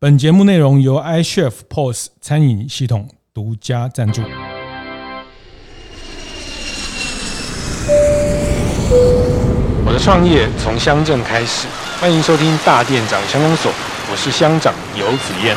本节目内容由 iChef POS 餐饮系统独家赞助。我的创业从乡镇开始，欢迎收听大店长乡公所，我是乡长游子燕。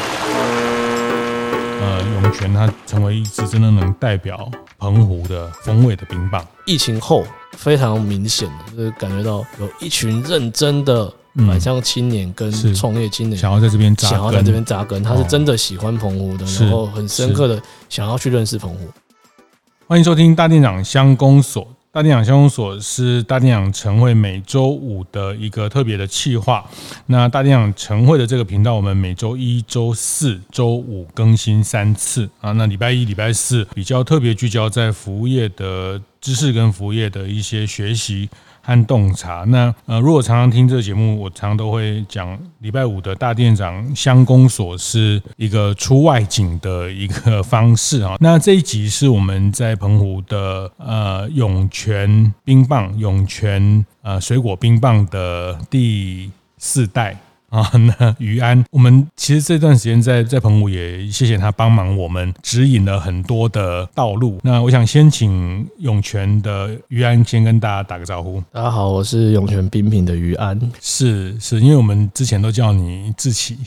涌泉它成为一支真的能代表澎湖的风味的冰棒。 疫情后非常明显的，就是感觉到有一群认真的返乡青年跟创业青年想要在这边扎根， 他是真的喜欢澎湖的，然后很深刻的想要去认识澎湖。 欢迎收听大店长乡公所。大店长乡公所是大店长晨会每周五的一个特别的企划。那大店长晨会的这个频道，我们每周一、周四、周五更新3次啊。那礼拜一、礼拜四比较特别聚焦在服务业的知识跟服务业的一些学习和洞察。那如果常常听这个节目，我常常都会讲，礼拜五的大店长乡公所是一个出外景的一个方式啊。那这一集是我们在澎湖的涌泉冰棒、涌泉水果冰棒的第4代。那于安，我们其实这段时间在澎湖也谢谢他帮忙我们指引了很多的道路。那我想先请涌泉的于安先跟大家打个招呼。 大家好，我是涌泉冰品的于安。 是，因为我们之前都叫你志奇。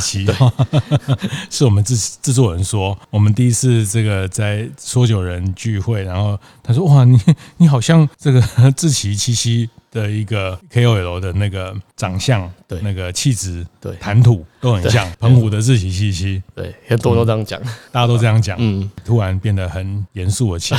是我们制作人说，我们第一次这个在说酒人聚会，然后他说哇，你好像这个志奇七七的一个 KOL 的那个长相，对，那个气质，对，谈吐都很像澎湖的志奇七七。 对，很多都这样讲， 大家都这样讲，突然变得很严肃了起来。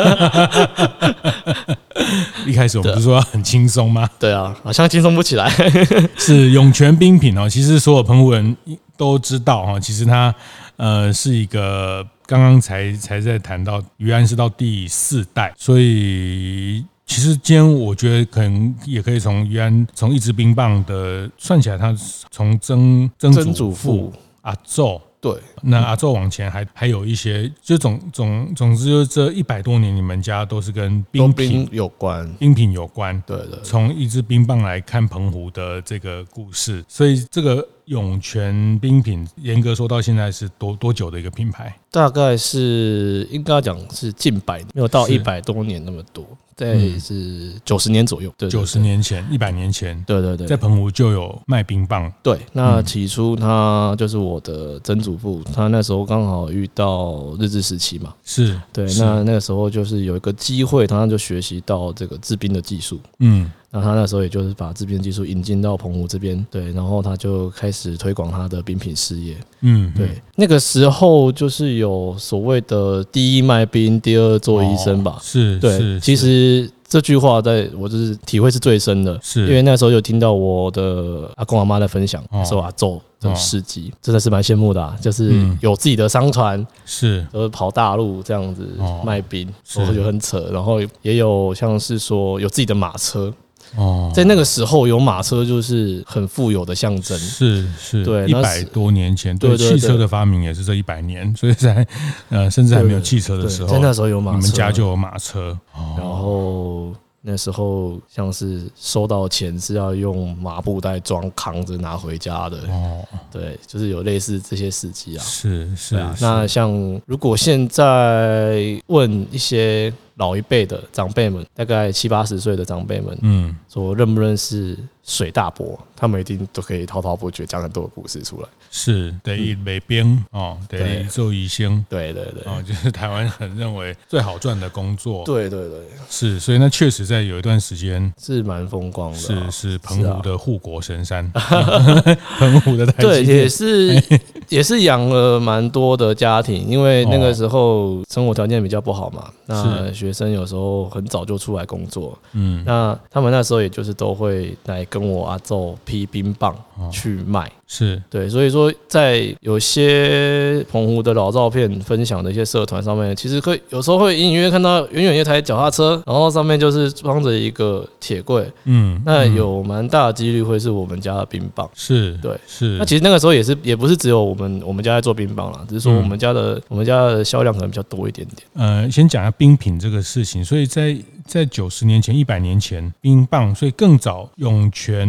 一开始我们不是说要很轻松吗？ 对啊，好像轻松不起来。 是涌泉冰品哦，其实所有澎湖人都知道哈，其实它是一个刚刚才在谈到于安是到第4代，所以其实今天我觉得可能也可以从于安从一支冰棒的算起来，他从曾祖父阿宙。对，那阿宙往前还有一些，就总之就是这100多年，你们家都是跟冰品有关。对，从一支冰棒来看澎湖的这个故事，所以这个涌泉冰品严格说到现在是多久的一个品牌？大概是应该讲是近100，没有到100多年那么多。对，是90年左右。对，90年前，100年前，对，在澎湖就有卖冰棒。对，那起初他就是我的曾祖父，他那时候刚好遇到日治时期嘛，是对，那个时候就是有一个机会，他就学习到这个制冰的技术。那他那时候也就是把制冰技术引进到澎湖这边，对，然后他就开始推广他的冰品事业。对，那个时候就是有所谓的第一卖冰，第二做医生吧。对，其实这句话在我就是体会是最深的，因为那时候有听到我的阿公阿妈在分享，说阿宙的事迹，真的是蛮羡慕的啊，就是有自己的商船，就是跑大陆这样子卖冰，我觉得很扯。然后也有像是说有自己的马车。在那个时候有马车就是很富有的象征，是，对，100多年前，对，汽车的发明也是这100年，所以在甚至还没有汽车的时候，在那时候有马车，你们家就有马车，然后那时候像是收到钱是要用麻布袋扛着拿回家的，对，就是有类似这些事迹啊，是啊。那像如果现在问一些老一辈的长辈们，大概70、80岁的长辈们，说认不认识水大伯，他们一定都可以滔滔不绝讲很多的故事出来。是，得美兵哦，得做医生，对，就是台湾很认为最好赚的工作。对，是，所以那确实在有一段时间是蛮风光的，是澎湖的护国神山，澎湖的台积电，对，也是养了蛮多的家庭，因为那个时候生活条件比较不好嘛，那学生有时候很早就出来工作，那他们那时候也就是都会来跟我阿宙批冰棒去卖，是对，所以说在有些澎湖的老照片分享的一些社团上面，其实有时候会隐隐约看到远远一台脚踏车，然后上面就是装着一个铁柜，那有蛮大的几率会是我们家的冰棒，是对，是。那其实那个时候也不是只有我们家在做冰棒啦，只是说我们家的销量可能比较多一点点。先讲一下冰品这个事情，所以在90年前、100年前，冰棒，所以更早涌泉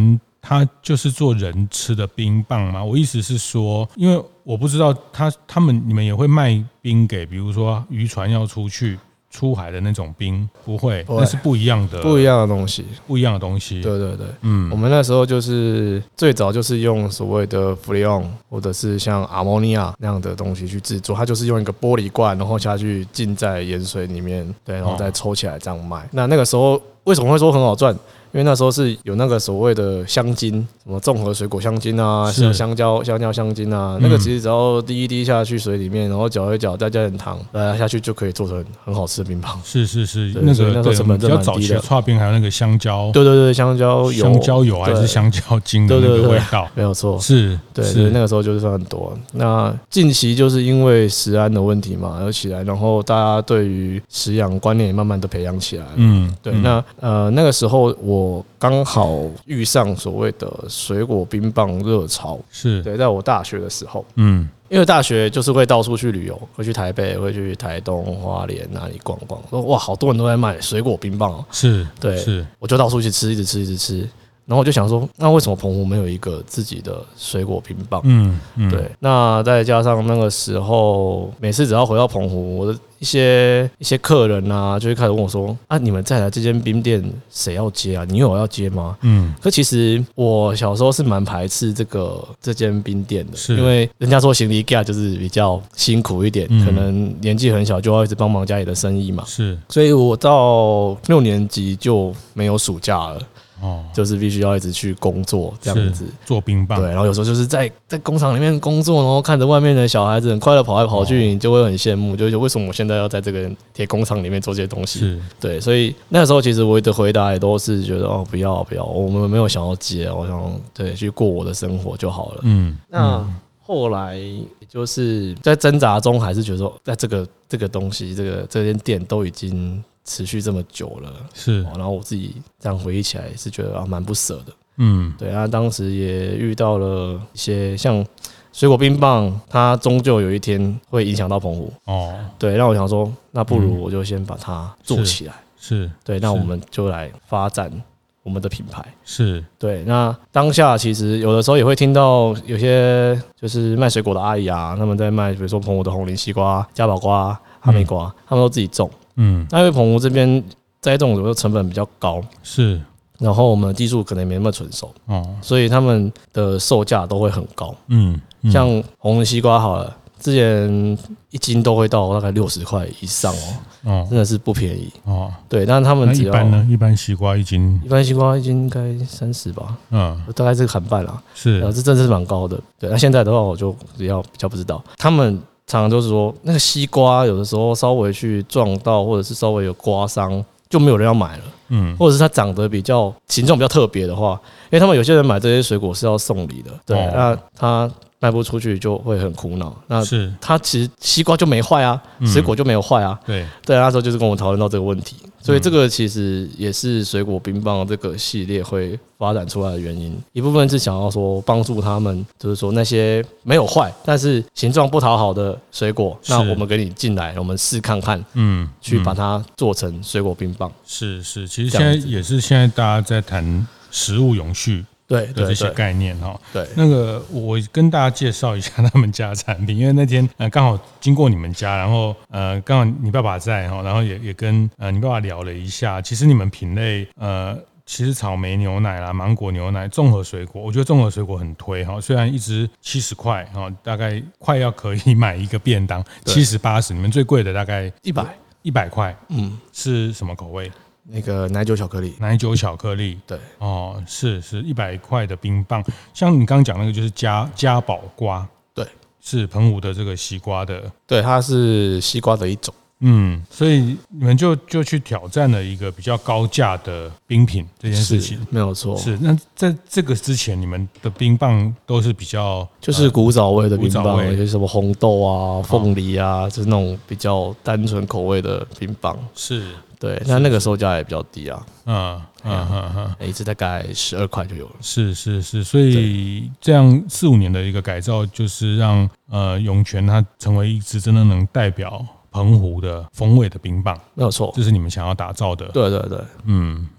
它就是做人吃的冰棒吗？我意思是说，因为我不知道你们也会卖冰给，比如说渔船要出海的那种冰，不会，那是不一样的东西， 不一样的东西。 对对对，我们那时候就是最早就是用所谓的 Freon 或者是像 Ammonia 那样的东西去制作，它就是用一个玻璃罐，然后下去浸在盐水里面，对，然后再抽起来这样卖。那个时候为什么会说很好赚？因为那时候是有那个所谓的香精，什么综合水果香精啊，香蕉香精啊，那个其实只要滴一滴下去水里面，然后搅一搅，再加点糖，下去就可以做成很好吃的冰棒。 是，那时候成本真的蛮低的。比较早期的刨冰还有那个香蕉， 对，香蕉油还是香蕉精的那个味道， 没有错。 是， 对，那个时候就是算很多。那近期就是因为食安的问题嘛，而起来，然后大家对于食养观念也慢慢的培养起来了。对，那那个时候我刚好遇上所谓的水果冰棒热潮， 是对，在我大学的时候，因为大学就是会到处去旅游，会去台北，会去台东、花莲哪里逛逛，说哇，好多人都在卖水果冰棒哦，对，我就到处去吃，一直吃。然后我就想说，那为什么澎湖没有一个自己的水果冰棒？对。那再加上那个时候，每次只要回到澎湖，我的一些客人啊，就会开始问我说：“啊，你们再来这间冰店，谁要接啊？你有要接吗？”可其实我小时候是蛮排斥这间冰店的，因为人家说行李架就是比较辛苦一点，可能年纪很小就要一直帮忙家里的生意嘛。所以我到6年级就没有暑假了。就是必须要一直去工作这样子做冰棒， 对，然后有时候就是在工厂里面工作，然后看着外面的小孩子很快乐跑来跑去，你就会很羡慕，就为什么我现在要在这个铁工厂里面做这些东西？对，所以那时候其实我的回答也都是觉得不要，我们没有想要接，我想对去过我的生活就好了。那后来就是在挣扎中，还是觉得说，在这个东西，这间店都已经持续这么久了，然后我自己这样回忆起来是觉得蛮不舍的。对，那当时也遇到了一些像水果冰棒，它终究有一天会影响到澎湖。对，那我想说，那不如我就先把它做起来。对，那我们就来发展我们的品牌。对，那当下其实有的时候也会听到有些就是卖水果的阿姨啊，他们在卖，比如说澎湖的红菱西瓜、嘉宝瓜、哈密瓜，他们都自己种。那因为澎湖这边栽种的成本比较高，然后我们的技术可能也没那么纯熟，所以他们的售价都会很高。像红菱西瓜好了，之前1斤都会到大概60块以上真的是不便宜对，但是他们只要一般西瓜1斤应该30吧，大概这个砍半啦，这真的是蛮高的。对，那现在的话我就比较不知道，他们常常就是说，那个西瓜有的时候稍微去撞到，或者是稍微有刮伤，就没有人要买了。或者是它长得比较形状比较特别的话，因为他们有些人买这些水果是要送礼的，对，那他卖不出去就会很苦恼。那他其实西瓜就没坏啊，水果就没有坏啊。对，那时候就是跟我讨论到这个问题，所以这个其实也是水果冰棒这个系列会发展出来的原因。一部分是想要说帮助他们，就是说那些没有坏但是形状不讨好的水果，那我们给你进来，我们试看看，去把它做成水果冰棒。 其实现在也是现在大家在谈食物永续。的这些概念对， 那个我跟大家介绍一下他们家的产品，因为那天刚好经过你们家，然后刚好你爸爸在然后也跟你爸爸聊了一下，其实你们品类其实草莓牛奶啦、芒果牛奶、综合水果，我觉得综合水果很推虽然一支70块大概快要可以买一个便当，70、80，你们最贵的大概100块，是什么口味？ 那个奶酒巧克力， 对，是100块的冰棒。像你刚刚讲那个就是嘉宝瓜， 对， 是澎湖的这个西瓜的， 对，它是西瓜的一种。 所以你们就去挑战了一个比较高价的冰品这件事情， 没有错。 那在这个之前，你们的冰棒都是比较就是古早味的冰棒，有些什么红豆啊、凤梨啊，就是那种比较单纯口味的冰棒。对，那个售价也比较低啊，一次大概12块就有了。 所以这样4、5年的一个改造，就是让永泉它成为一支真的能代表澎湖的风味的冰棒， 没有错， 这是你们想要打造的。 对，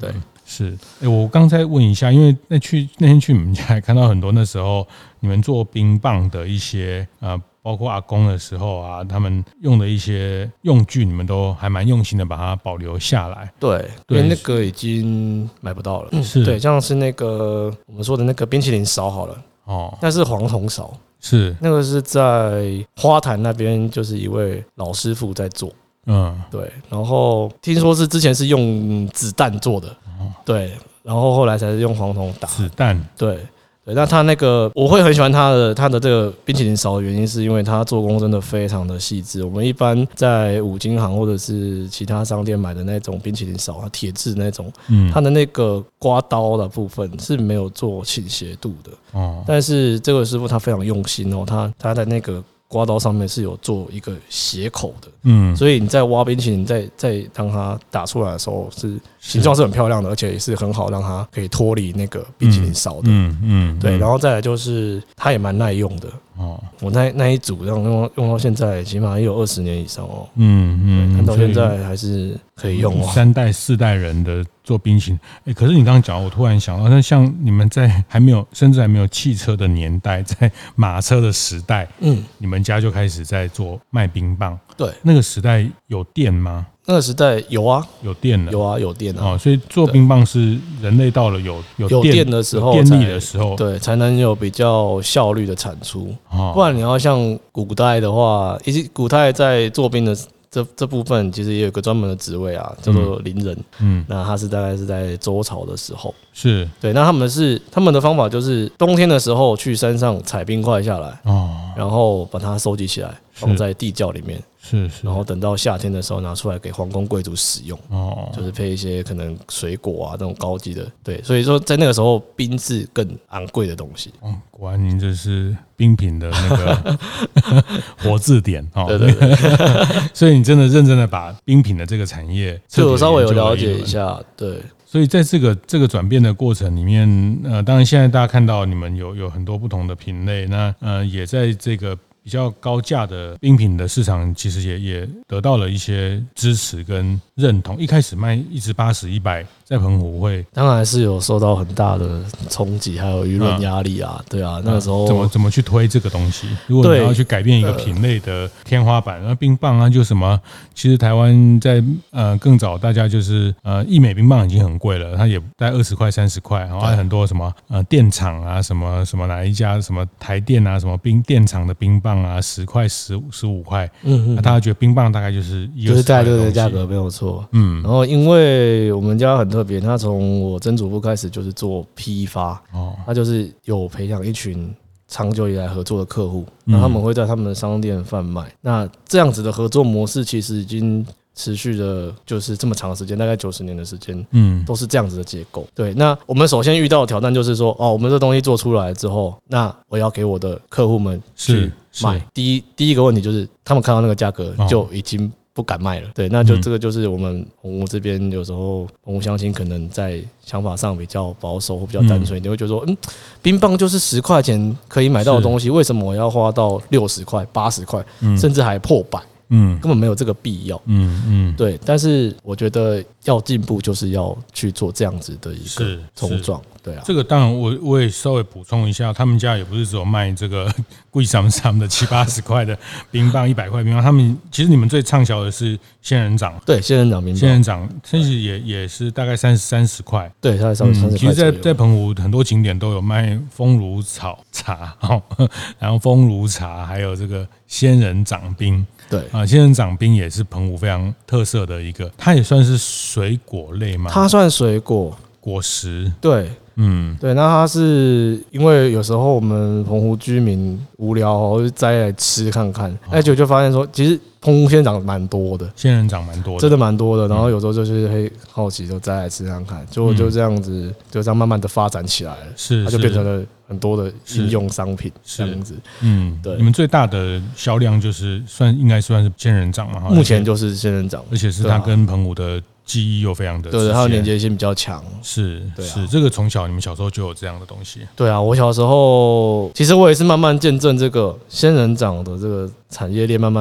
是，我刚才问一下，因为那天去你们家看到很多那时候你们做冰棒的一些包括阿公的时候啊，他们用的一些用具，你们都还蛮用心的把它保留下来。 对，因为那个已经买不到了。 是， 对，像是那个我们说的那个冰淇淋勺好了，那是黄铜勺， 是那个是在花坛那边，就是一位老师傅在做。对，然后听说是之前是用子弹做的，对，然后后来才是用黄铜打子弹， 对。那他那个我会很喜欢他的这个冰淇淋勺的原因，是因为他做工真的非常的细致。我们一般在五金行或者是其他商店买的那种冰淇淋勺，它铁质那种，它的那个刮刀的部分是没有做倾斜度的。但是这个师傅他非常用心哦，他在那个刮刀上面是有做一个斜口的，所以你在挖冰淇淋，在当它打出来的时候，是形状是很漂亮的，而且也是很好让它可以脱离那个冰淇淋勺的，对，然后再来就是它也蛮耐用的。我那一组用到现在，起码也有20年以上哦。看到现在还是可以用哦。 3代4代人的做冰淇淋，可是你刚刚讲，我突然想到，那像你们在甚至还没有汽车的年代，在马车的时代，你们家就开始在做卖冰棒。对，那个时代有电吗？ 那个时代有啊， 有电了， 有电啊。 所以做冰棒是人类到了有电的时候， 电力的时候， 对，才能有比较效率的产出。不然你要像古代的话，以及古代在做冰的这部分，其实也有个专门的职位啊，叫做伶人。那他是大概是在周朝的时候，是对。那他们的方法就是冬天的时候去山上采冰块下来，然后把它收集起来，放在地窖里面。然后等到夏天的时候拿出来给皇宫贵族使用，就是配一些可能水果啊这种高级的，对，所以说在那个时候冰是更昂贵的东西。 果然您这是冰品的那个活字典对， 所以你真的认真的把冰品的这个产业， 就我稍微有了解一下，对。 所以在这个转变的过程里面，当然现在大家看到你们有很多不同的品类，那也在这个比较高价的冰品的市场，其实也得到了一些支持跟认同。一开始卖一支80、100，在澎湖会当然是有受到很大的冲击，还有舆论压力啊。对啊，那个时候怎么去推这个东西？如果你要去改变一个品类的天花板，那冰棒啊，就什么？其实台湾在更早，大家就是一美冰棒已经很贵了，它也在20块、30块，然后还有很多什么电厂啊，什么哪一家什么台电啊，什么电厂的冰棒啊，10块、15块，那大家觉得冰棒大概就是在这个价格没有错，然后因为我们家很特别，他从我曾祖父开始就是做批发，他就是有培养一群长久以来合作的客户，那他们会在他们的商店贩卖，那这样子的合作模式其实已经持续的就是这么长的时间，大概90年的时间，都是这样子的结构。对，那我们首先遇到的挑战就是说，我们这东西做出来之后，那我要给我的客户们去卖。第一个问题就是他们看到那个价格就已经不敢卖了。对，那就这个就是我们澎湖这边有时候澎湖乡亲可能在想法上比较保守或比较单纯，你会觉得说，冰棒就是10块钱可以买到的东西，为什么我要花到60块、80块，甚至还破100？根本没有这个必要。对，但是我觉得要进步，就是要去做这样子的一个冲撞。对啊， 这个当然我也稍微补充一下，他们家也不是只有卖这个贵sam的70、80块的冰棒，100块冰棒。他们其实你们最畅销的是仙人掌， 对，仙人掌冰棒， 仙人掌其实也是大概30块， 对，大概30块。 其实在澎湖很多景点都有卖风炉草茶，然后风炉茶还有这个仙人掌冰。对啊，仙人掌冰也是澎湖非常特色的一个，它也算是水果类嘛？它算水果果实，对。 对，那它是因为有时候我们澎湖居民无聊就摘来吃看看，就发现说，其实澎湖仙人掌蛮多的， 仙人掌蛮多的， 真的蛮多的。然后有时候就是会好奇，就摘来吃看看，就这样子，就这样慢慢的发展起来了，它就变成了很多的应用商品这样子。对， 你们最大的销量就是应该算是仙人掌嘛？ 目前就是仙人掌， 而且是它跟澎湖的记忆又非常的对，它的连接性比较强， 是这个从小你们小时候就有这样的东西。 对啊，我小时候其实我也是慢慢见证这个仙人掌的这个产业链慢慢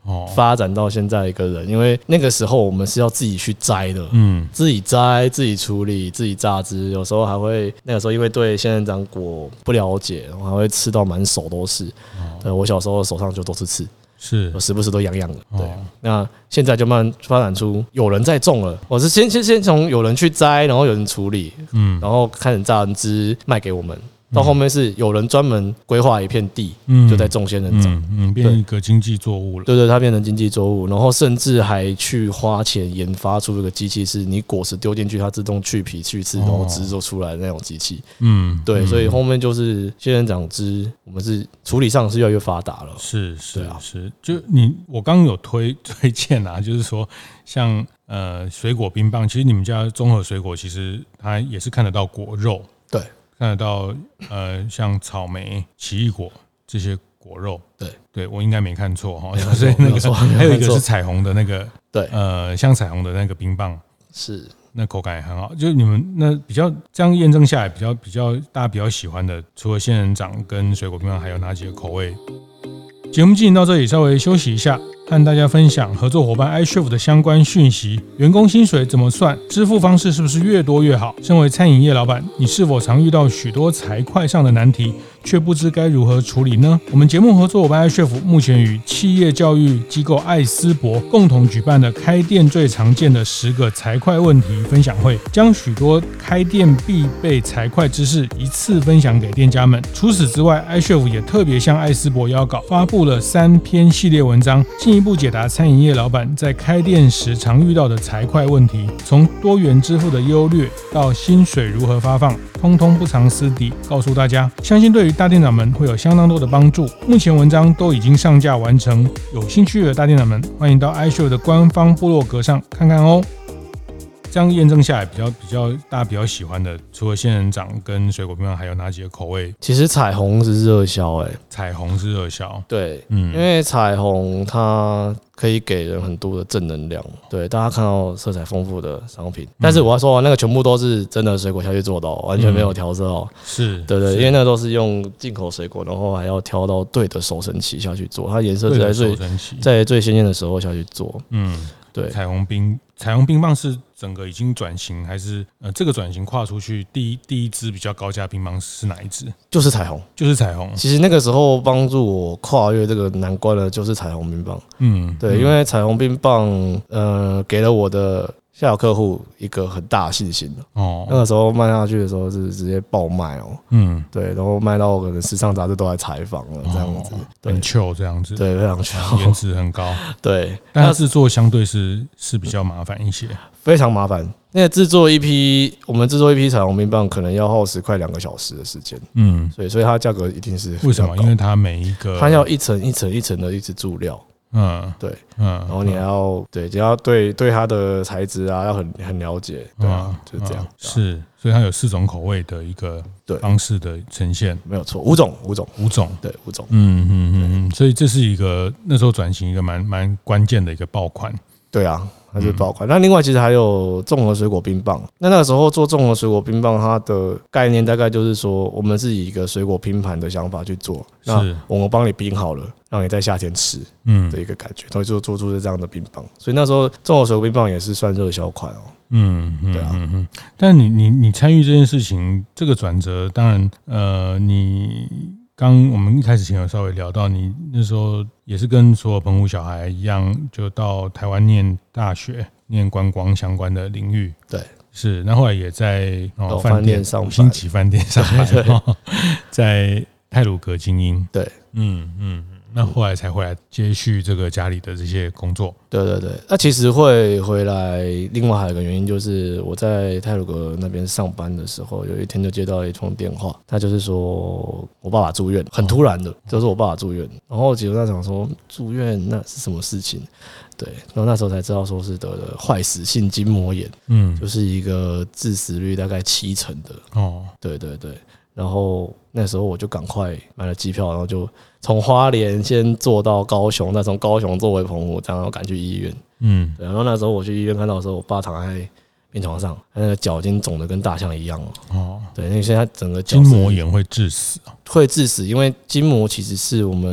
发展到现在一个人。因为那个时候我们是要自己去摘的，自己摘、自己处理、自己榨汁，有时候还会那个时候因为对仙人掌果不了解，然后还会吃到满手都是。我小时候手上就都是刺。是，我时不时都痒痒的。对，那现在就慢慢发展出有人在种了。我是先从有人去摘，然后有人处理，然后开始榨汁卖给我们。到后面是有人专门规划一片地，就在种仙人掌， 变一个经济作物了。 对，它变成经济作物，然后甚至还去花钱研发出一个机器，是你果实丢进去，它自动去皮去刺，然后汁就出来的那种机器。对，所以后面就是仙人掌汁，我们是处理上是越来越发达了。是， 就我刚刚有推荐啊，就是说像水果冰棒，其实你们家综合水果其实它也是看得到果肉。对。看得到像草莓、奇异果这些果肉，对我应该没看错哈。所以那个还有一个是彩虹的那个，对，像彩虹的那个冰棒，是那口感也很好。就你们那比较这样验证下来，比较大家比较喜欢的，除了仙人掌跟水果冰棒，还有哪几个口味？节目进行到这里，稍微休息一下，和大家分享合作伙伴 iChef 的相关讯息。员工薪水怎么算？支付方式是不是越多越好？身为餐饮业老板，你是否常遇到许多财会上的难题，却不知该如何处理呢？我们节目合作伙伴 iChef 目前与企业教育机构艾斯伯共同举办的开店最常见的10个财会问题分享会，将许多开店必备财会知识一次分享给店家们。除此之外， iChef 也特别向艾斯伯邀稿，发布了3篇系列文章，进一步解答餐饮业老板在开店时常遇到的财会问题，从多元支付的优劣到薪水如何发放，通通不藏私底告诉大家，相信对于大店长们会有相当多的帮助。目前文章都已经上架完成，有兴趣的大店长们欢迎到 iChef 的官方部落格上看看哦。这样验证下来，大家比较喜欢的，除了仙人掌跟水果冰棒，还有哪几个口味？ 其实彩虹是热销， 彩虹是热销， 对，因为彩虹它可以给人很多的正能量，对，大家看到色彩丰富的商品，但是我要说，那个全部都是真的水果下去做的，完全没有调色哦。是，对，因为那都是用进口水果，然后还要挑到对的熟成期下去做，它颜色在最鲜艳的时候下去做。对， 彩虹冰棒是整个已经转型，还是这个转型跨出去第一支比较高价冰棒是哪一支？ 就是彩虹。其实那个时候帮助我跨越这个难关的就是彩虹冰棒。对，因为彩虹冰棒给了我的下游客户一个很大的信心哦。那个时候卖下去的时候是直接爆卖哦。对，然后卖到可能时尚杂志都来采访了这样子， 很糗这样子， 对，非常糗， 颜值很高。对，但它制作相对是比较麻烦一些， 非常麻烦。那个我们制作一批彩虹冰棒可能要耗时快2个小时的时间。所以它价格一定是为什么？因为它每一个它要一层一层一层的一直注料。对，然后你还要对它的材质啊要很了解，对啊，就是这样。是， 所以它有4种口味的一个方式的呈现， 没有错，5种，对，5种。 所以这是一个那时候转型一个蛮关键的一个爆款。对啊，它是爆款。那另外其实还有综合水果冰棒。那个时候做综合水果冰棒，它的概念大概就是说，我们是以一个水果拼盘的想法去做。那我们帮你冰好了，让你在夏天吃的一个感觉，所以就做出这样的冰棒。所以那时候综合水果冰棒也是算热销款哦。对啊。 但你参与这件事情，这个转折，当然你。刚我们一开始前有稍微聊到，你那时候也是跟所有澎湖小孩一样，就到台湾念大学，念观光相关的领域。对，是。那后来也在饭店上班，星级饭店上班，在太鲁阁精英。对，那后来才回来接续这个家里的这些工作。 对，那其实会回来，另外还有一个原因就是我在太鲁阁那边上班的时候，有一天就接到一通电话，他就是说我爸爸住院，很突然的，就是我爸爸住院，然后结果他想说住院那是什么事情？对，然后那时候才知道说是得了坏死性筋膜炎，就是一个致死率大概70%的。对。然后那时候我就赶快买了机票，然后就从花莲先坐到高雄，再从高雄坐回澎湖，这样赶去医院。对，然后那时候我去医院看到的时候，我爸躺在病床上，他那个脚已经肿得跟大象一样了。对，那现在整个筋膜炎会致死， 会致死，因为筋膜其实是我们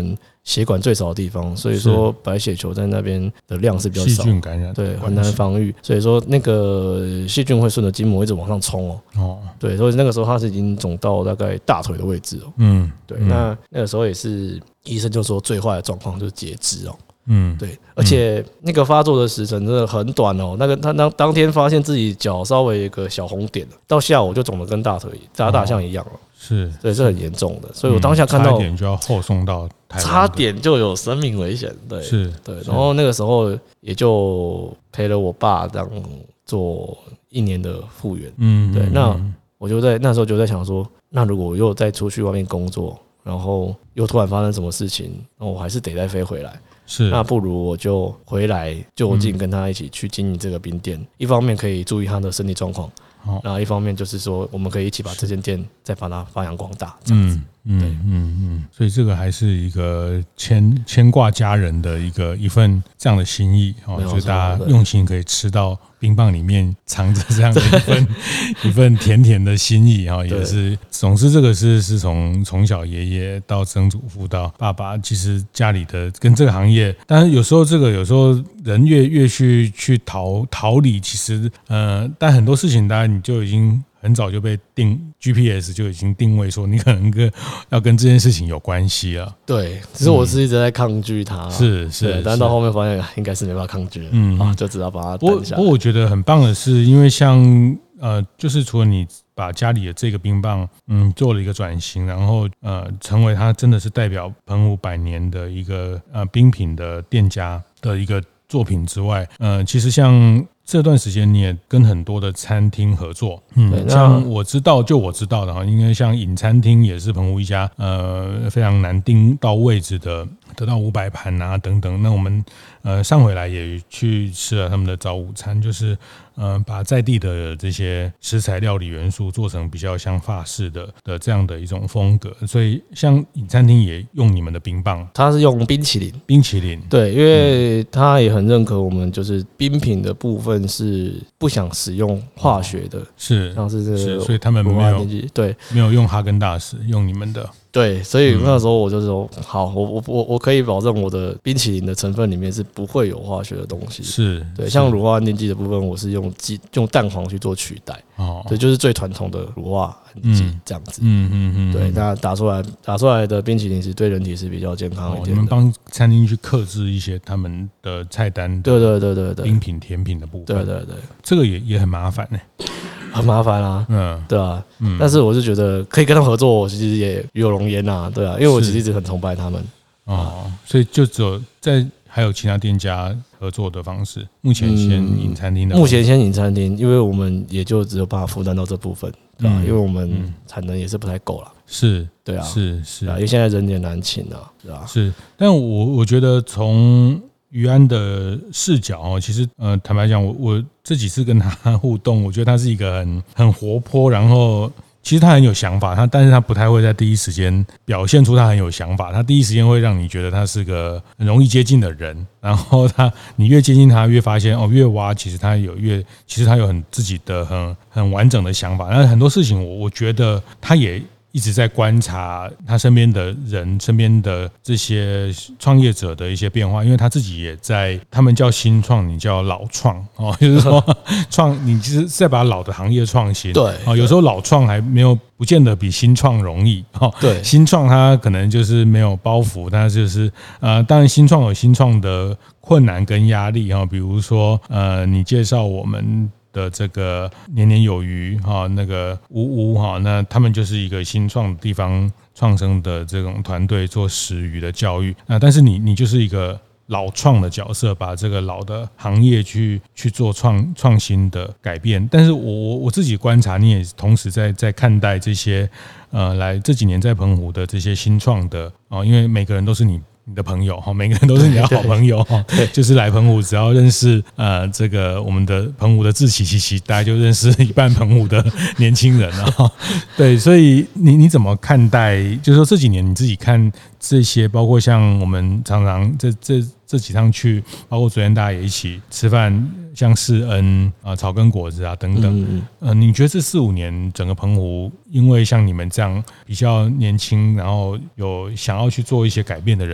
血管最少的地方，所以说白血球在那边的量是比较少， 细菌感染对，很难防御，所以说那个细菌会顺着筋膜一直往上冲对，所以那个时候它是已经肿到大概大腿的位置对，那个时候也是医生就说最坏的状况就是截肢对，而且那个发作的时辰真的很短那个他当天发现自己脚稍微有一个小红点，到下午就肿得跟大象一样了。是，对，是很严重的，所以我当下看到， 差点就要后送到台湾， 差点就有生命危险。对， 是， 对，然后那个时候也就陪了我爸这样做1年的复原。对，那我就在那时候就在想说，那如果我又再出去外面工作，然后又突然发生什么事情，那我还是得再飞回来。是，那不如我就回来就近跟他一起去经营这个冰店，一方面可以注意他的身体状况，然后一方面就是说我们可以一起把这间店再把它发扬光大，这样子。 所以这个还是一个牵挂家人的一份这样的心意所以大家用心可以吃到冰棒里面藏着这样的一份甜甜的心意也是，总之这个是从小爷爷到曾祖父到爸爸，其实家里的跟这个行业，但是有时候人越去逃离，其实但很多事情当然你就已经很早就被GPS 就已经定位说你可能要跟这件事情有关系了。 对，只是我是一直在抗拒它， 是， 但到后面发现应该是没办法抗拒了，就只要把它等下来。 不过我觉得很棒的是，因为像就是除了你把家里的这个冰棒做了一个转型，然后成为它真的是代表澎湖100年的一个冰品的店家的一个作品之外，其实像这段时间你也跟很多的餐厅合作，像我知道的哈，因为像饮餐厅也是澎湖一家非常难订到位置的，得到500盘啊等等。那我们上回来也去吃了他们的早午餐，就是把在地的这些食材料理元素做成比较像法式的这样的一种风格，所以像饮餐厅也用你们的冰棒， 它是用冰淇淋，对，因为他也很认可我们就是冰品的部分是不想使用化学的，像是这个， 所以他们没有用哈根达斯，用你们的。 对，所以那时候我就说，好，我可以保证我的冰淇淋的成分里面是不会有化学的东西。是，对，像乳化安定剂的部分，我是用蛋黄去做取代。对，就是最传统的乳化安定剂这样子。对，那打出来的冰淇淋是对人体是比较健康一点的。 你们帮餐厅去克制一些他们的菜单， 对， 冰品、甜品的部分。 对， 这个也很麻烦很麻烦啊，对啊，但是我是觉得可以跟他们合作，其实也与有荣焉呐，对啊，因为我其实一直很崇拜他们所以就只有还有其他店家合作的方式。目前先饮餐厅目前先饮餐厅，因为我们也就只有办法负担到这部分，对吧？因为我们产能也是不太够了，对啊， 是因为现在人也难请啊，对吧？ 是，但我觉得从余安的视角其实坦白讲，我这几次跟他互动，我觉得他是一个很活泼，然后其实他很有想法，但是他不太会在第一时间表现出他很有想法，他第一时间会让你觉得他是个很容易接近的人，然后你越接近他，越发现越挖，其实他有很自己的很完整的想法，那很多事情我觉得他也一直在观察他身边的人、身边的这些创业者的一些变化，因为他自己也在，他们叫新创，你叫老创就是说你其实在把老的行业创新， 对有时候老创还不见得比新创容易对， 新创它可能就是没有包袱，但就是当然新创有新创的困难跟压力比如说你介绍我们的这个年年有余那个呜那他们就是一个新创的地方创生的这种团队做食鱼的教育但是你就是一个老创的角色，把这个老的行业去做创新的改变。但是我自己观察，你也同时在看待这些来这几年在澎湖的这些新创的因为每个人都是你的朋友每个人都是你的好朋友就是来澎湖只要认识这个我们的澎湖的志奇，大家就认识一半澎湖的年轻人对，所以你怎么看待？就是说这几年你自己看这些，包括像我们常常这几趟去，包括昨天大家也一起吃饭，像世恩草根果子等等，你觉得这4-5年整个澎湖，因为像你们这样比较年轻，然后有想要去做一些改变的人，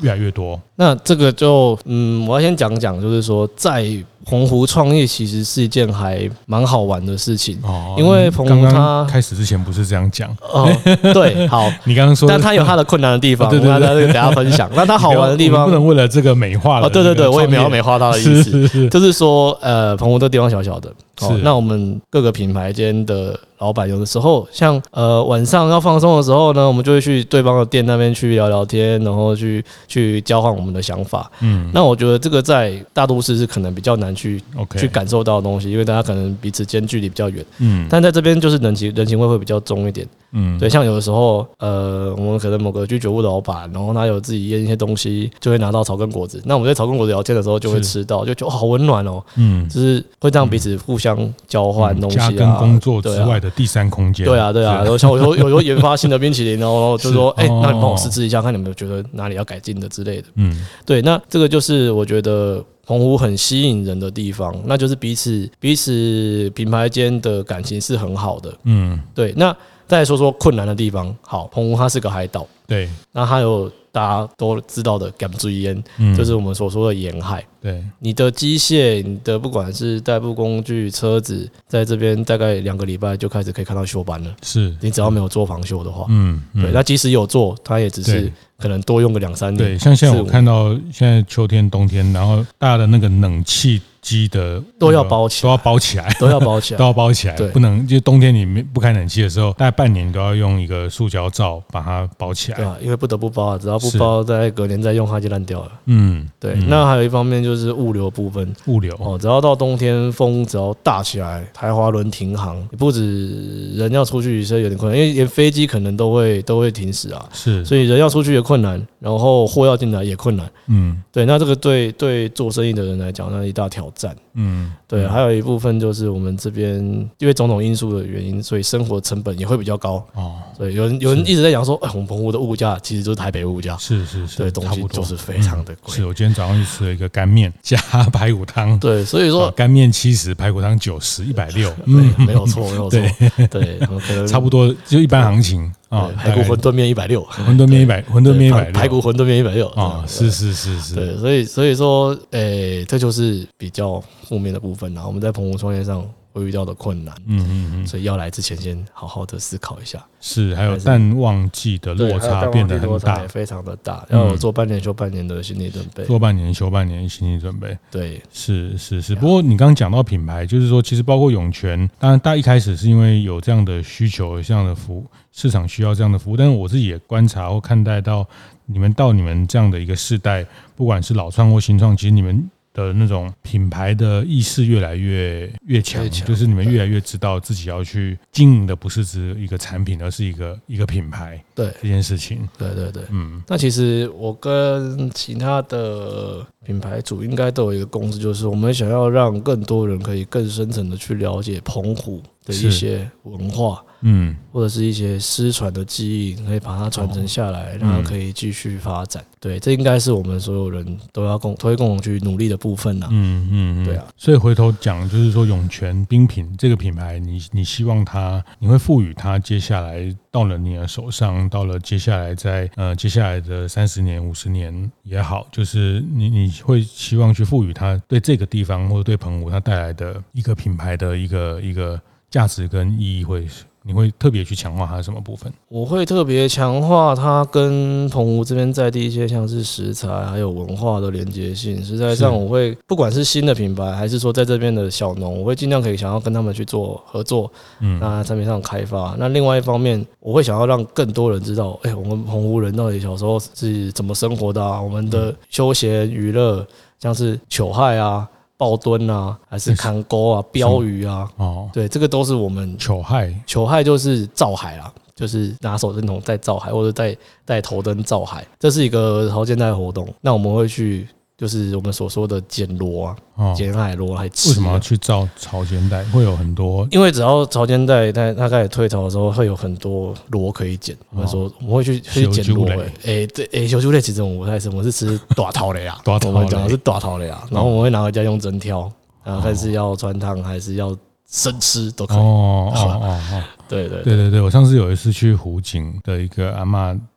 越来越多。 那这个就我要先讲讲，就是说在澎湖创业其实是一件还蛮好玩的事情，因为澎湖它开始之前不是这样讲对，好， 你刚刚说， 但它有它的困难的地方，那等一下分享。那它好玩的地方， 不能为了这个美化了。 对，我也没有美化它的意思，就是说，澎湖这地方小小的，那我们各个品牌间的老板有的时候，像晚上要放松的时候呢，我们就会去对方的店那边去聊聊天，然后去交换我们的想法。那我觉得这个在大都市是可能比较难去感受到的东西，因为大家可能彼此间距离比较远。但在这边就是人情味会比较重一点。对，像有的时候，我们可能某个居酒屋的老板，然后他有自己腌一些东西，就会拿到草根果子。那我们在草根果子聊天的时候，就会吃到，就觉得好温暖哦。就是会让彼此互相交换东西啊， 家跟工作之外的第三空间。 对啊。然后像我有时候研发新的冰淇淋，然后就说，那你帮我试吃一下，看你们觉得哪里要改进的之类的。对，那这个就是我觉得澎湖很吸引人的地方，那就是彼此品牌间的感情是很好的。对，那再来说说困难的地方。好，澎湖它是个海岛， 对， 那它有大家都知道的咸水淹，就是我们所说的沿海。 对，你的机械，你的不管是代步工具、车子，在这边大概2个礼拜就开始可以看到休班了。是你只要没有做防修的话，对，那即使有做，它也只是可能多用个2-3年。 对，像现在我看到现在秋天、冬天，然后大家的那个冷气机的都要包起来， 都要包起来，不能就冬天你不开冷气的时候，大概半年都要用一个塑胶罩把它包起来。 对啊，因为不得不包啊，只要不包，在隔年再用它就烂掉了。对。那还有一方面就是物流部分，只要到冬天风只要大起来，台华轮停航，不止人要出去是有点困难，因为连飞机可能都会停驶啊。是，所以人要出去也困难，然后货要进来也困难。对，那这个对做生意的人来讲，那一大挑战。对，还有一部分就是我们这边因为种种因素的原因，所以生活成本也会比较高。所以有人一直在讲说，我们澎湖的物价其实就是台北物价。是，对，东西就是非常的贵。 是我今天早上去吃了一个干面加排骨汤。 对，所以说干面70，排骨汤90，160。 没有错。对， 差不多就一般行情。 排骨馄饨面160， 馄饨面160， 排骨馄饨面160 啊，是， 对，所以说，这就是比较负面的部分啦。我们在澎湖创业上会遇到的困难，所以要来之前先好好的思考一下。 是，还有淡旺季的落差变得很大， 非常的大，要有做半年休半年的心理准备， 做半年休半年心理准备。 对， 是。不过你刚刚讲到品牌，就是说，其实包括涌泉，当然大家一开始是因为有这样的需求，有这样的服务，市场需要这样的服务，但是我自己也观察或看待到你们这样的一个世代，不管是老创或新创，其实你们的那种品牌的意识越来越强，就是你们越来越知道自己要去经营的不是只一个产品，而是一个品牌。对这件事情， 对，那其实我跟其他的品牌主应该都有一个共识，就是我们想要让更多人可以更深层的去了解澎湖的一些文化。或者是一些失传的记忆，可以把它传承下来，让它可以继续发展。对，这应该是我们所有人都会共同去努力的部分啦。对啊。 所以回头讲，就是说涌泉冰品这个品牌，你希望你会赋予它接下来到了你的手上，到了接下来接下来的30年、50年也好，就是你会希望去赋予它对这个地方或者对澎湖它带来的一个品牌的一个价值跟意义你会特别去强化它的什么部分？ 我会特别强化它跟澎湖这边在地一些像是食材还有文化的连结性。实在上，我会不管是新的品牌，还是说在这边的小农，我会尽量可以想要跟他们去做合作，那产品上开发。那另外一方面，我会想要让更多人知道，我们澎湖人到底小时候是怎么生活的啊？我们的休闲娱乐，像是球害啊。抱墩啊，还是看钩啊、标鱼啊，对，这个都是我们球害就是照海啦，就是拿手电筒在照海，或者带头灯照海，这是一个潮间带活动。那我们会去，就是我们所说的捡螺啊，捡海螺来吃。 为什么要去照潮间带？会有很多， 因为只要潮间带它开始退潮的时候，会有很多螺可以捡。我们会去捡螺。小猪类其实我们不太吃，我们是吃大头类啊。我们讲的是大头类啊，然后我们会拿回家用针挑，看是要穿烫还是要生吃都可以。对， 我上次有一次去湖景的一个阿嬷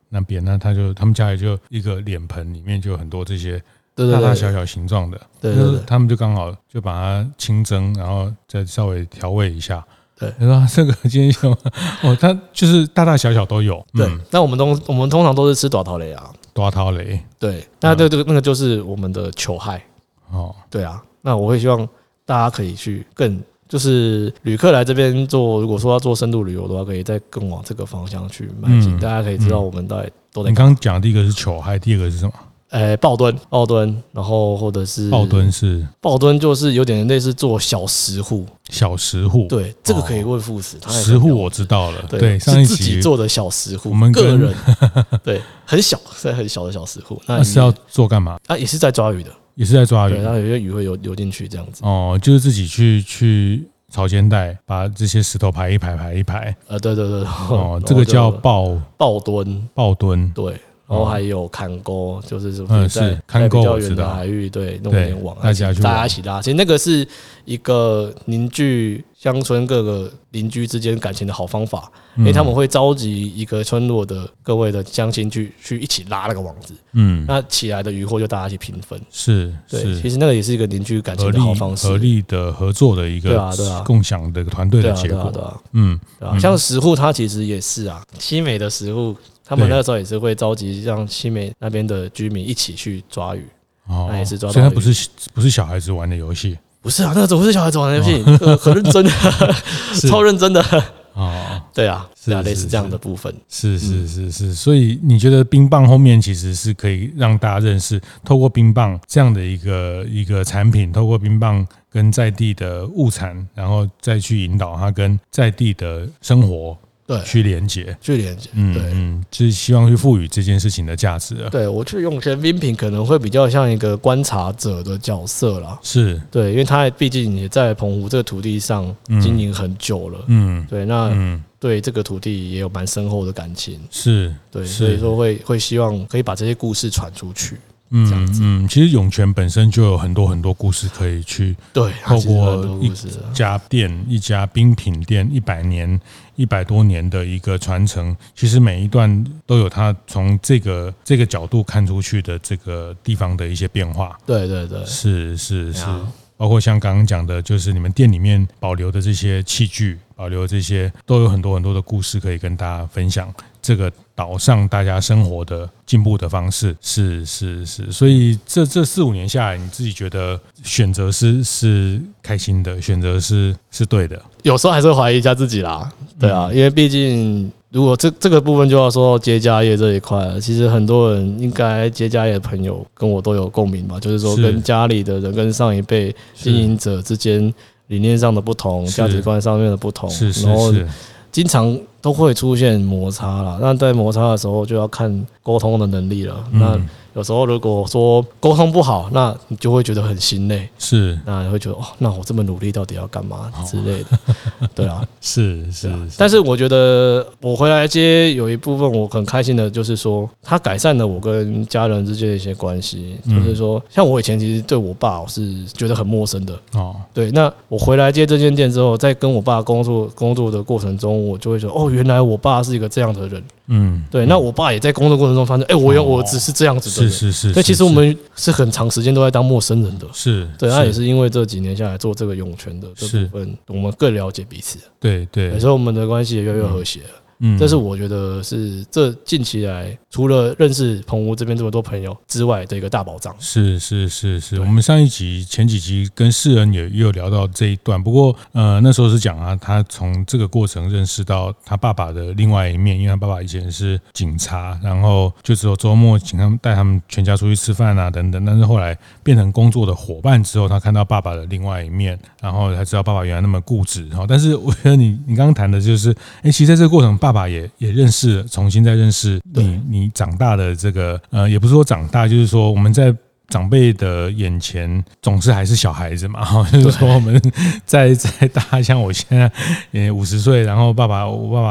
那边，那他们家里就一个脸盆里面就有很多这些大大小小形状的， 对对对， 他们就刚好就把它清蒸，然后再稍微调味一下。 对， 他说这个今天它就是大大小小都有。 对，那我们通常都是吃大头雷啊， 大头雷。 对，那那个就是我们的球害。哦，对啊，那我会希望大家可以去就是旅客来这边做，如果说要做深度旅游的话，可以再更往这个方向去迈进。大家可以知道我们到底都在。 你刚刚讲的第一个是球害，第二个是什么？ 爆墩，然后或者是爆墩就是有点类似做小食户，对，这个可以问副食。 食户我知道了，对， 是自己做的小食户，我们个人对很小的小食户。 那是要做干嘛？ 也是在抓鱼的，对，然后有些鱼会流进去这样子。 哦，就是自己去潮间带把这些石头排一排。 对， 哦，这个叫爆墩， 对。然后还有砍钩，就是什么在比较远的海域，对，弄点网，大家一起拉。其实那个是一个凝聚乡村各个邻居之间感情的好方法，因为他们会召集一个村落的各位的乡亲去一起拉那个网子，那起来的渔获就大家一起平分。对，其实那个也是一个凝聚感情的好方式， 合力的合作的一个共享的团队的结果。 对啊，像石户它其实也是啊，西美的石户。他们那个时候也是会召集让西美那边的居民一起去抓鱼，那也是抓到鱼。 所以它不是小孩子玩的游戏， 不是啊，那个怎么是小孩子玩的游戏？很认真的，超认真的。对啊，类似这样的部分。 是，所以你觉得冰棒后面其实是可以让大家认识，透过冰棒这样的一个产品，透过冰棒跟在地的物产，然后再去引导它跟在地的生活。对，去连接，对，就是希望去赋予这件事情的价值了。 对，我去永泉冰品可能会比较像一个观察者的角色啦。 是， 对，因为他毕竟也在澎湖这个土地上经营很久了。对，那对这个土地也有蛮深厚的感情。 是， 对，所以说会希望可以把这些故事传出去。 其实涌泉本身就有很多很多故事可以去， 对， 透过一家店、一家冰品店100多年的一个传承，其实每一段都有它从这个角度看出去的这个地方的一些变化。 对， 是，包括像刚刚讲的，就是你们店里面保留的这些器具，保留这些都有很多很多的故事可以跟大家分享。这个岛上大家生活的进步的方式是，所以这4-5年下来，你自己觉得选择是开心的，选择是对的。 有时候还是会怀疑一下自己啦，对啊，因为毕竟如果这个部分就要说到接家业这一块了，其实很多人应该接家业的朋友跟我都有共鸣吧，就是说跟家里的人跟上一辈经营者之间理念上的不同，价值观上面的不同，然后经常都会出现摩擦啦。那在摩擦的时候就要看沟通的能力了。那有时候如果说沟通不好，那你就会觉得很心累，那你会觉得那我这么努力到底要干嘛之类的，对啊， 是。 但是我觉得我回来接有一部分我很开心的，就是说它改善了我跟家人之间的一些关系，就是说像我以前其实对我爸我是觉得很陌生的对，那我回来接这间店之后，在跟我爸工作的过程中，我就会说原来我爸是一个这样的人。对，那我爸也在工作过程中发现，我只是这样子的人， 是。 所以其实我们是很长时间都在当陌生人的，对。那也是因为这几年下来做这个涌泉的这部分，我们更了解彼此， 对， 所以我们的关系也越来越和谐了。这是我觉得是这近期来除了认识澎湖这边这么多朋友之外的一个大保障。 是，我们前几集跟世恩也有聊到这一段，不过那时候是讲他从这个过程认识到他爸爸的另外一面，因为他爸爸以前是警察，然后就只有周末请他们带他们全家出去吃饭啊等等，但是后来变成工作的伙伴之后，他看到爸爸的另外一面，然后才知道爸爸原来那么固执。但是我觉得你刚刚谈的就是其实在这个过程爸爸也认识，重新再认识你长大的这个也不是说长大，就是说我们在长辈的眼前总是还是小孩子嘛，就是说我们在大，像我现在50岁，然后我爸爸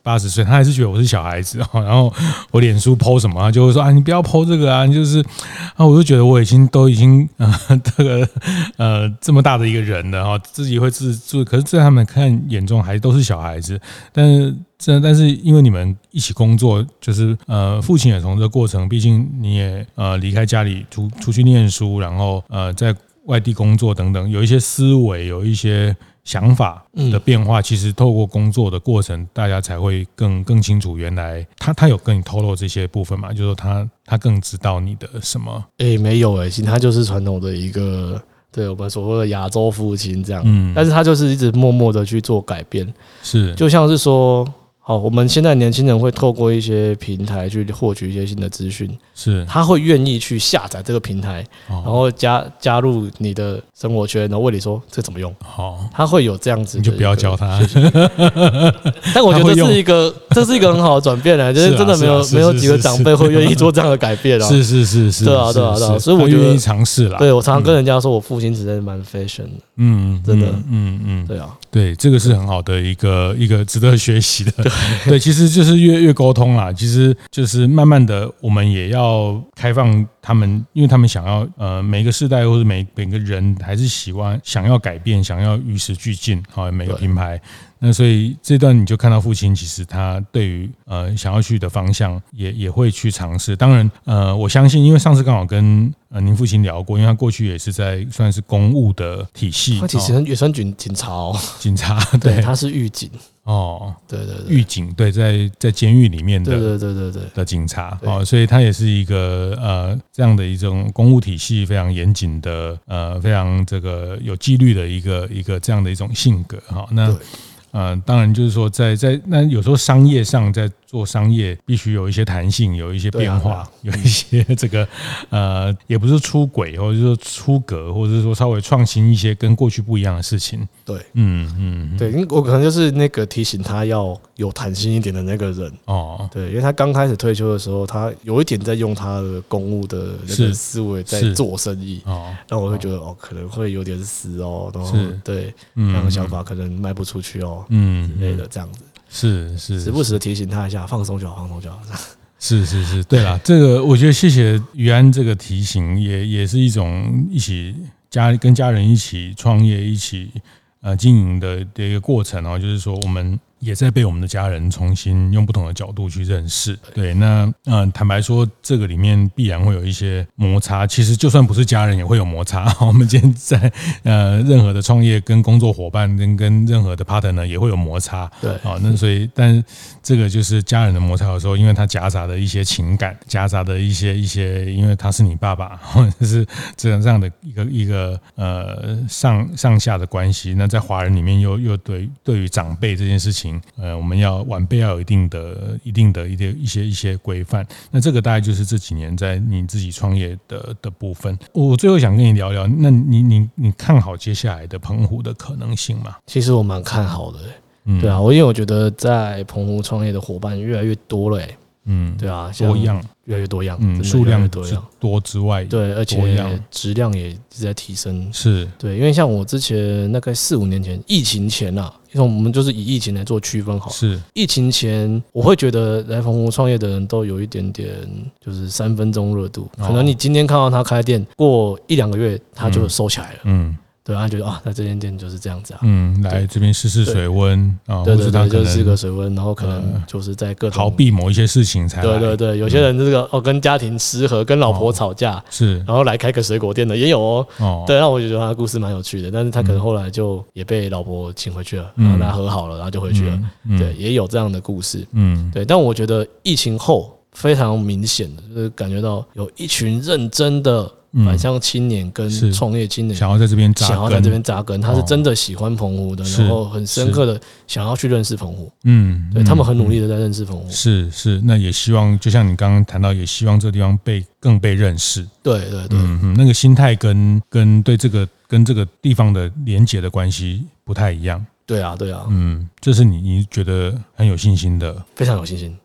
80岁，他还是觉得我是小孩子然后我脸书 po 什么，他就会说啊，你不要 po 这个啊，你就是我就觉得我已经这个这么大的一个人了自己会自助，可是在他们看眼中还都是小孩子，但是因为你们一起工作，就是父亲也从这个过程，毕竟你也离开家里出去念书，然后在外地工作等等，有一些思维，有一些想法的变化，其实透过工作的过程，大家才会更清楚，原来他有跟你透露这些部分嘛，就是说他更知道你的什么？ 没有其实他就是传统的一个。对我们所谓的亚洲父亲这样，但是他就是一直默默的去做改变， 是就像是说，好，我们现在年轻人会透过一些平台去获取一些新的资讯， 是他会愿意去下载这个平台，然后加入你的生活圈，然后问你说这怎么用，他会有这样子的， 你就不要教他。 但我觉得这是一个很好的转变就是真的没有几个长辈会愿意做这样的改变是， 对啊，所以我觉得愿意尝试啦。 对我常常跟人家说，我父亲实在是蛮 fashion 的，真的，对啊， 对，这个是很好的一个值得学习的。对，其实就是越沟通啦，其实就是慢慢的，我们也要开放他们，因为他们想要每个世代或者每个人还是想要改变，想要与时俱进每个品牌。那所以这段你就看到父亲其实他对于想要去的方向也会去尝试。当然我相信，因为上次刚好跟您父亲聊过，因为他过去也是在算是公务的体系， 他其实也算警察警察对，他是狱警对， 狱警对，在监狱里面的对的警察所以他也是一个这样的一种公务体系非常严谨的非常这个有纪律的一个这样的一种性格那当然就是说那有时候商业上在做商业必须有一些弹性，有一些变化，有一些这个也不是出轨，或者说出格，或者是说稍微创新一些跟过去不一样的事情。 对，对，因为我可能就是那个提醒他要有弹性一点的那个人对，因为他刚开始退休的时候，他有一点在用他的公务的那个思维在做生意，那我会觉得可能会有点死然后对，这样的想法可能卖不出去之类的这样子。是，时不时的提醒他一下，放松就好， 是，对啦，这个我觉得谢谢于安这个提醒，也是一种一起跟家人一起创业、一起经营的一个过程就是说我们也在被我们的家人重新用不同的角度去认识。对，那坦白说，这个里面必然会有一些摩擦。其实就算不是家人，也会有摩擦。我们今天在任何的创业跟工作伙伴跟任何的 partner 也会有摩擦。 对， 那所以，但这个就是家人的摩擦的时候，因为他夹杂的一些情感，夹杂的一些，因为他是你爸爸，就是这样的一个上下的关系。那在华人里面又对于长辈这件事情。我们晚辈要有一定的一些规范，那这个大概就是这几年在你自己创业的部分。我最后想跟你聊聊，那你看好接下来的澎湖的可能性吗？ 其实我蛮看好的对啊，因为我觉得在澎湖创业的伙伴越来越多了对啊， 多样， 越来越多样， 数量多之外， 对，而且质量也一直在提升。 是对， 因为像我之前大概4-5年前，疫情前因为我们就是以疫情来做区分好。 是疫情前，我会觉得来澎湖创业的人都有一点点就是3分钟热度，可能你今天看到他开店，过1-2个月他就收起来了。对，他觉得那这间店就是这样子来这边试水温对，就是试个水温，然后可能就是在各种逃避某一些事情才来。 对，有些人这个跟家庭失和，跟老婆吵架， 是， 然后来开个水果店的也有对，那我就觉得他的故事蛮有趣的，但是他可能后来就也被老婆请回去了，然后大家和好了，然后就回去了。对，也有这样的故事。对，但我觉得疫情后非常明显的，就是感觉到有一群认真的返乡青年跟创业青年想要在这边扎根，他是真的喜欢澎湖的，然后很深刻的想要去认识澎湖。对，他们很努力的在认识澎湖。 是，那也希望就像你刚刚谈到，也希望这个地方更被认识。 对， 那个心态跟对这个跟这个地方的连结的关系不太一样。 对啊， 这是你觉得很有信心的， 非常有信心。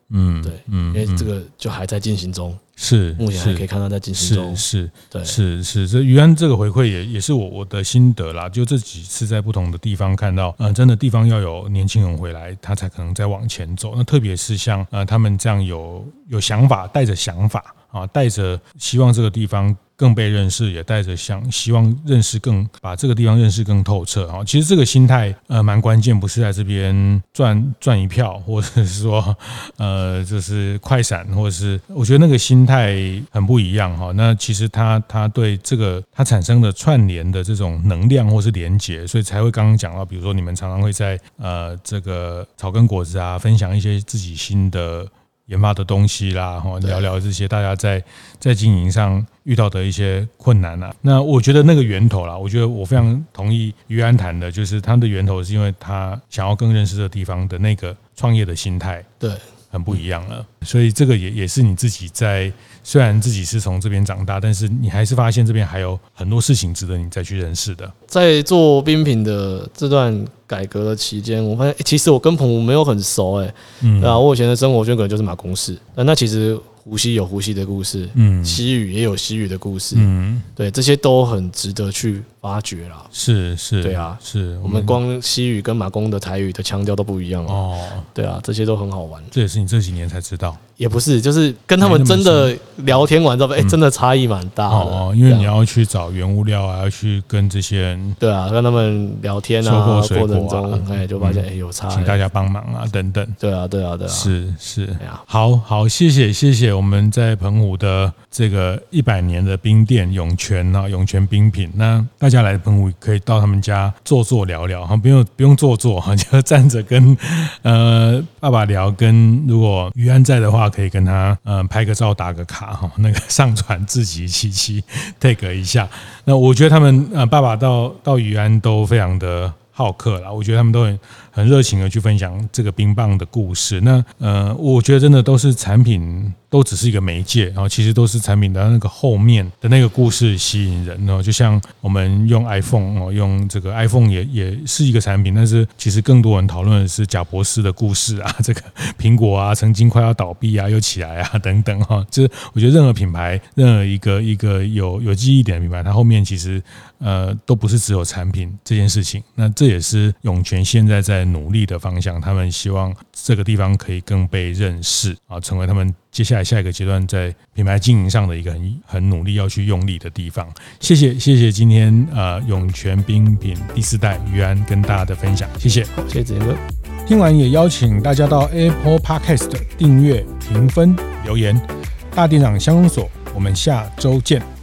对，因为这个就还在进行中。 是， 目前还可以看到在进行中。 对，是。这余安这个回馈也是我的心得啦。就这几次在不同的地方看到，真的地方要有年轻人回来，他才可能再往前走。那特别是像他们这样有想法，带着想法啊，带着希望这个地方更被认识，也带着希望把这个地方认识更透彻啊。其实这个心态蛮关键，不是在这边赚一票，或者是说就是快闪，或者是我觉得那个心态很不一样哈。那其实他对这个他产生的串联的这种能量或是连结，所以才会刚刚讲到，比如说你们常常会在这个草根果子啊分享一些自己新的研发的东西啦，聊聊这些大家在经营上遇到的一些困难啊。那我觉得那个源头啦，我觉得我非常同意余安谈的，就是他的源头是因为他想要更认识这个地方的那个创业的心态，对，很不一样了。所以这个也是你自己虽然自己是从这边长大，但是你还是发现这边还有很多事情值得你再去认识的。 在做冰品的这段改革的期间，我发现其实我跟澎湖没有很熟对啊，我以前的生活圈可能就是马公市，那其实湖西有湖西的故事，西屿也有西屿的故事，对，这些都很值得去发掘啦。是，对啊，是我们光西屿跟马公的台语的腔调都不一样哦。对啊，这些都很好玩。 这也是你这几年才知道？ 也不是，就是跟他们真的聊天完之后，真的差异蛮大的。 因为你要去找原物料啊，要去跟这些人， 对啊，跟他们聊天啊，过程中，就发现有差， 请大家帮忙啊，等等。 对啊， 是，好，谢谢我们在澎湖的这个100年的冰店涌泉啊，涌泉冰品。那大家来澎湖可以到他们家坐聊聊，不用坐，就站着跟爸爸聊，跟如果余安在的话，可以跟他拍个照打个卡那个上传自己7 tag 一下。那我觉得他们爸爸到余安都非常的好客啦，我觉得他们都很热情的去分享这个冰棒的故事。那我觉得真的都是产品，都只是一个媒介，然后其实都是产品的那个后面的那个故事吸引人哦。就像我们用 iPhone 用这个 iPhone 也是一个产品，但是其实更多人讨论的是贾伯斯的故事啊，这个苹果啊曾经快要倒闭啊又起来啊等等哈。就是我觉得任何品牌，任何一个有记忆点的品牌，它后面其实都不是只有产品这件事情。那这也是涌泉现在努力的方向，他们希望这个地方可以更被认识啊，成为他们接下来下一个阶段在品牌经营上的一个很努力要去用力的地方。谢谢今天涌泉冰品第4代余安跟大家的分享，谢谢。 好，谢谢子健哥。 听完也邀请大家到 Apple Podcast 订阅、评分、留言。大店长相公所，我们下周见。